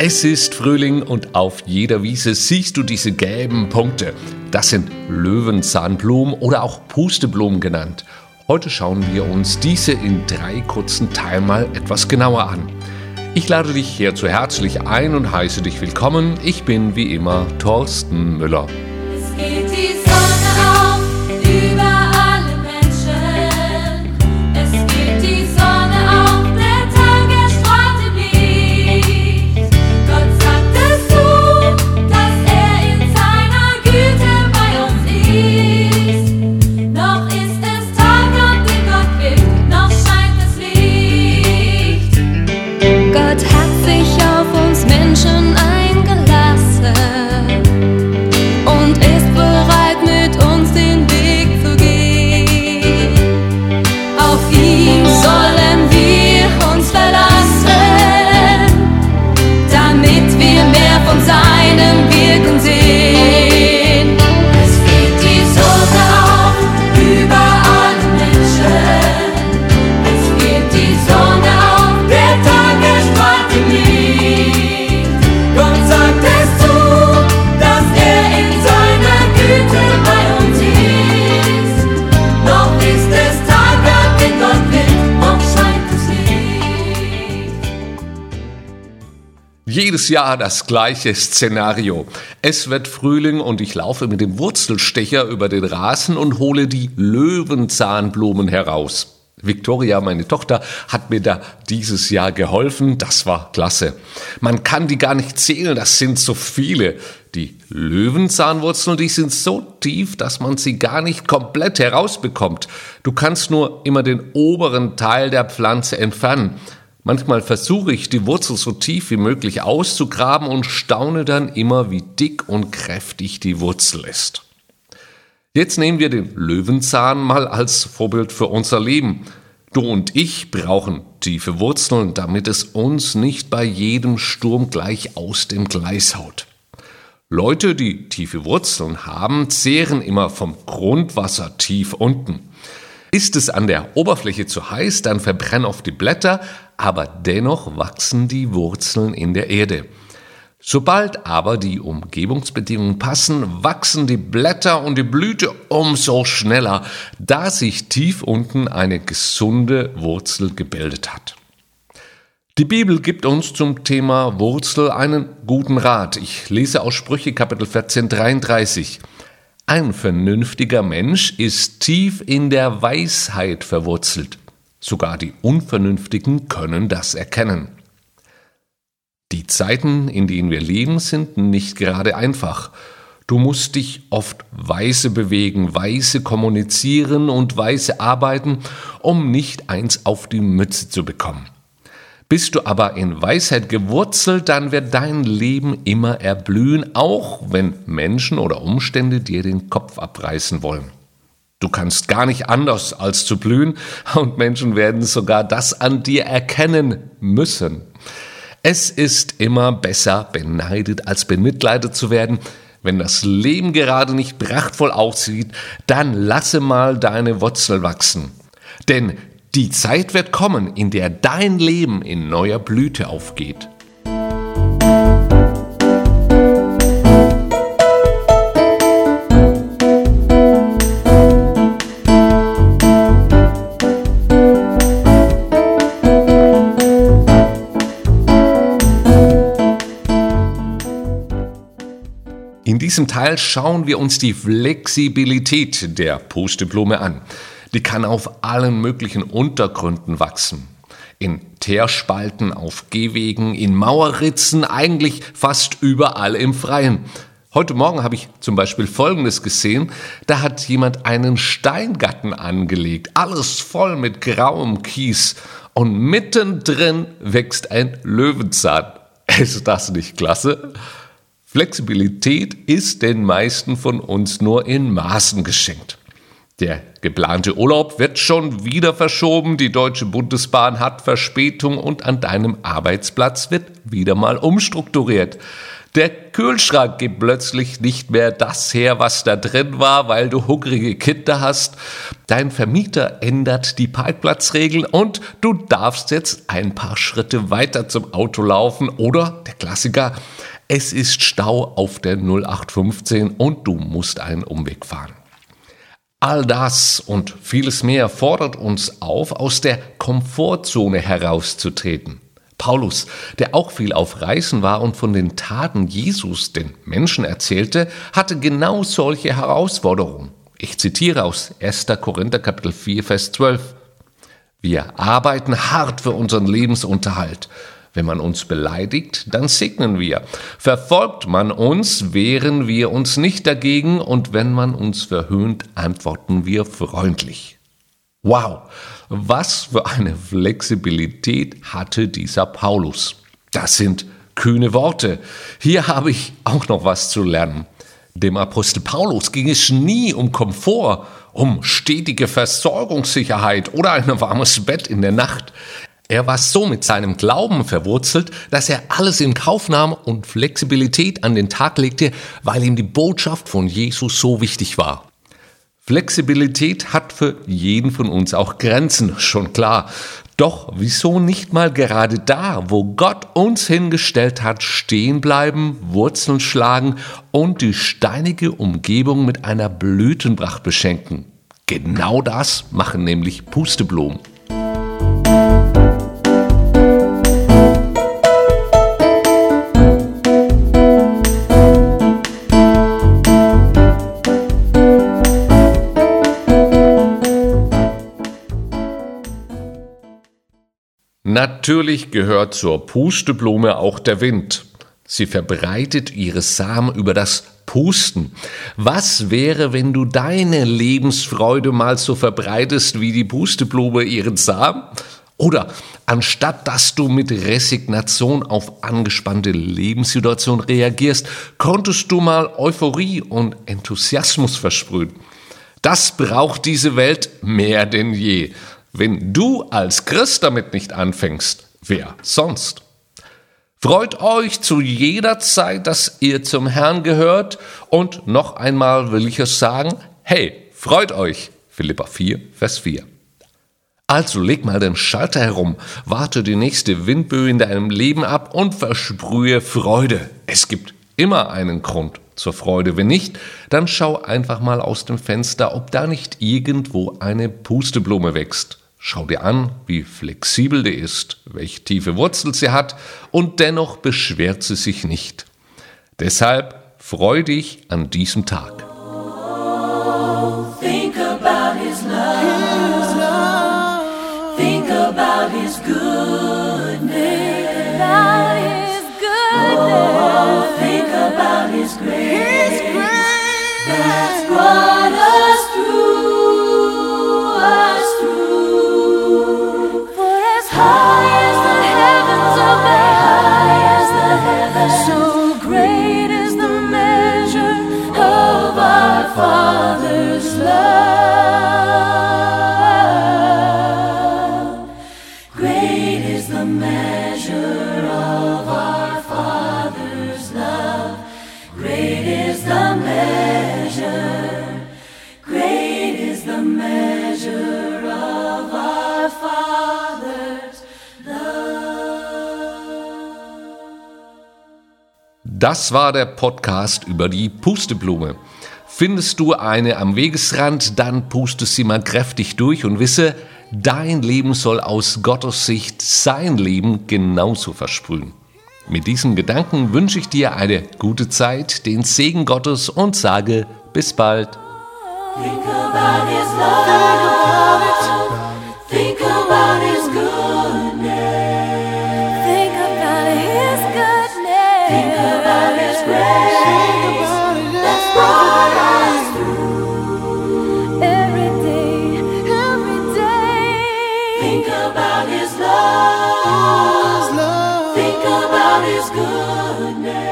Es ist Frühling und auf jeder Wiese siehst du diese gelben Punkte. Das sind Löwenzahnblumen oder auch Pusteblumen genannt. Heute schauen wir uns diese in 3 kurzen Teilen mal etwas genauer an. Ich lade dich hierzu herzlich ein und heiße dich willkommen. Ich bin wie immer Thorsten Müller. Es geht die Sonne auf über alle Menschen. Es geht die Sonne auf, der Tag erstrahlt im Licht. Gott sagt es zu, dass er in seiner Güte bei uns ist. Noch ist es Tag und in Gott will, noch scheint das Licht. Gott hat sich auf uns Menschen eingelassen und ist bereit, mit uns den Weg zu gehen. Auf ihn sollen wir uns verlassen, damit wir mehr von seinem Wirken sehen. Es geht die Sonne auf über alle Menschen. Es geht die Sonne auf, der Tag erstrahlt im Licht. Gott sagt es zu, dass er in seiner Güte bei uns ist. Noch ist es Tag, Gott in Gott will, noch scheint das Licht. Jedes Jahr das gleiche Szenario. Es wird Frühling und ich laufe mit dem Wurzelstecher über den Rasen und hole die Löwenzahnblumen heraus. Victoria, meine Tochter, hat mir da dieses Jahr geholfen. Das war klasse. Man kann die gar nicht zählen, das sind so viele. Die Löwenzahnwurzeln, die sind so tief, dass man sie gar nicht komplett herausbekommt. Du kannst nur immer den oberen Teil der Pflanze entfernen. Manchmal versuche ich, die Wurzel so tief wie möglich auszugraben und staune dann immer, wie dick und kräftig die Wurzel ist. Jetzt nehmen wir den Löwenzahn mal als Vorbild für unser Leben. Du und ich brauchen tiefe Wurzeln, damit es uns nicht bei jedem Sturm gleich aus dem Gleis haut. Leute, die tiefe Wurzeln haben, zehren immer vom Grundwasser tief unten. Ist es an der Oberfläche zu heiß, dann verbrennen oft die Blätter, aber dennoch wachsen die Wurzeln in der Erde. Sobald aber die Umgebungsbedingungen passen, wachsen die Blätter und die Blüte umso schneller, da sich tief unten eine gesunde Wurzel gebildet hat. Die Bibel gibt uns zum Thema Wurzel einen guten Rat. Ich lese aus Sprüche Kapitel 14, 33. Ein vernünftiger Mensch ist tief in der Weisheit verwurzelt. Sogar die Unvernünftigen können das erkennen. Die Zeiten, in denen wir leben, sind nicht gerade einfach. Du musst dich oft weise bewegen, weise kommunizieren und weise arbeiten, um nicht eins auf die Mütze zu bekommen. Bist du aber in Weisheit gewurzelt, dann wird dein Leben immer erblühen, auch wenn Menschen oder Umstände dir den Kopf abreißen wollen. Du kannst gar nicht anders als zu blühen und Menschen werden sogar das an dir erkennen müssen. Es ist immer besser, beneidet als bemitleidet zu werden. Wenn das Leben gerade nicht prachtvoll aussieht, dann lasse mal deine Wurzel wachsen. Denn die Zeit wird kommen, in der dein Leben in neuer Blüte aufgeht. In diesem Teil schauen wir uns die Flexibilität der Pusteblume an. Die kann auf allen möglichen Untergründen wachsen. In Teerspalten, auf Gehwegen, in Mauerritzen, eigentlich fast überall im Freien. Heute Morgen habe ich zum Beispiel Folgendes gesehen. Da hat jemand einen Steingarten angelegt, alles voll mit grauem Kies. Und mittendrin wächst ein Löwenzahn. Ist das nicht klasse? Flexibilität ist den meisten von uns nur in Maßen geschenkt. Der geplante Urlaub wird schon wieder verschoben, die Deutsche Bundesbahn hat Verspätung und an deinem Arbeitsplatz wird wieder mal umstrukturiert. Der Kühlschrank gibt plötzlich nicht mehr das her, was da drin war, weil du hungrige Kinder hast. Dein Vermieter ändert die Parkplatzregeln und du darfst jetzt ein paar Schritte weiter zum Auto laufen. Oder der Klassiker, es ist Stau auf der 0815 und du musst einen Umweg fahren. All das und vieles mehr fordert uns auf, aus der Komfortzone herauszutreten. Paulus, der auch viel auf Reisen war und von den Taten Jesus den Menschen erzählte, hatte genau solche Herausforderungen. Ich zitiere aus 1. Korinther Kapitel 4, Vers 12. Wir arbeiten hart für unseren Lebensunterhalt. Wenn man uns beleidigt, dann segnen wir. Verfolgt man uns, wehren wir uns nicht dagegen und wenn man uns verhöhnt, antworten wir freundlich. Wow, was für eine Flexibilität hatte dieser Paulus. Das sind kühne Worte. Hier habe ich auch noch was zu lernen. Dem Apostel Paulus ging es nie um Komfort, um stetige Versorgungssicherheit oder ein warmes Bett in der Nacht. Er war so mit seinem Glauben verwurzelt, dass er alles in Kauf nahm und Flexibilität an den Tag legte, weil ihm die Botschaft von Jesus so wichtig war. Flexibilität hat für jeden von uns auch Grenzen, schon klar. Doch wieso nicht mal gerade da, wo Gott uns hingestellt hat, stehen bleiben, Wurzeln schlagen und die steinige Umgebung mit einer Blütenpracht beschenken? Genau das machen nämlich Pusteblumen. Natürlich gehört zur Pusteblume auch der Wind. Sie verbreitet ihre Samen über das Pusten. Was wäre, wenn du deine Lebensfreude mal so verbreitest wie die Pusteblume ihren Samen? Oder anstatt dass du mit Resignation auf angespannte Lebenssituationen reagierst, konntest du mal Euphorie und Enthusiasmus versprühen. Das braucht diese Welt mehr denn je. Wenn du als Christ damit nicht anfängst, wer sonst? Freut euch zu jeder Zeit, dass ihr zum Herrn gehört. Und noch einmal will ich es sagen, hey, freut euch. Philipper 4, Vers 4. Also leg mal den Schalter herum, warte die nächste Windböe in deinem Leben ab und versprühe Freude. Es gibt immer einen Grund zur Freude. Wenn nicht, dann schau einfach mal aus dem Fenster, ob da nicht irgendwo eine Pusteblume wächst. Schau dir an, wie flexibel die ist, welche tiefe Wurzel sie hat und dennoch beschwert sie sich nicht. Deshalb freu dich an diesem Tag. Think about His love. Think about His goodness. Oh, think about His grace. That's brought us through. For as high as the heavens above, so great is the measure of our Father's love. Great is the measure of our Father's love. Great is the measure. Great is the measure of our Father's love. Das war der Podcast über die Pusteblume. Findest du eine am Wegesrand, dann puste sie mal kräftig durch und wisse, dein Leben soll aus Gottes Sicht sein Leben genauso versprühen. Mit diesen Gedanken wünsche ich dir eine gute Zeit, den Segen Gottes und sage bis bald. Think about His love. Think about His goodness. Think about His goodness. Think about His grace. That's brought us through. Every day, every day. Think about His love. Think about His goodness.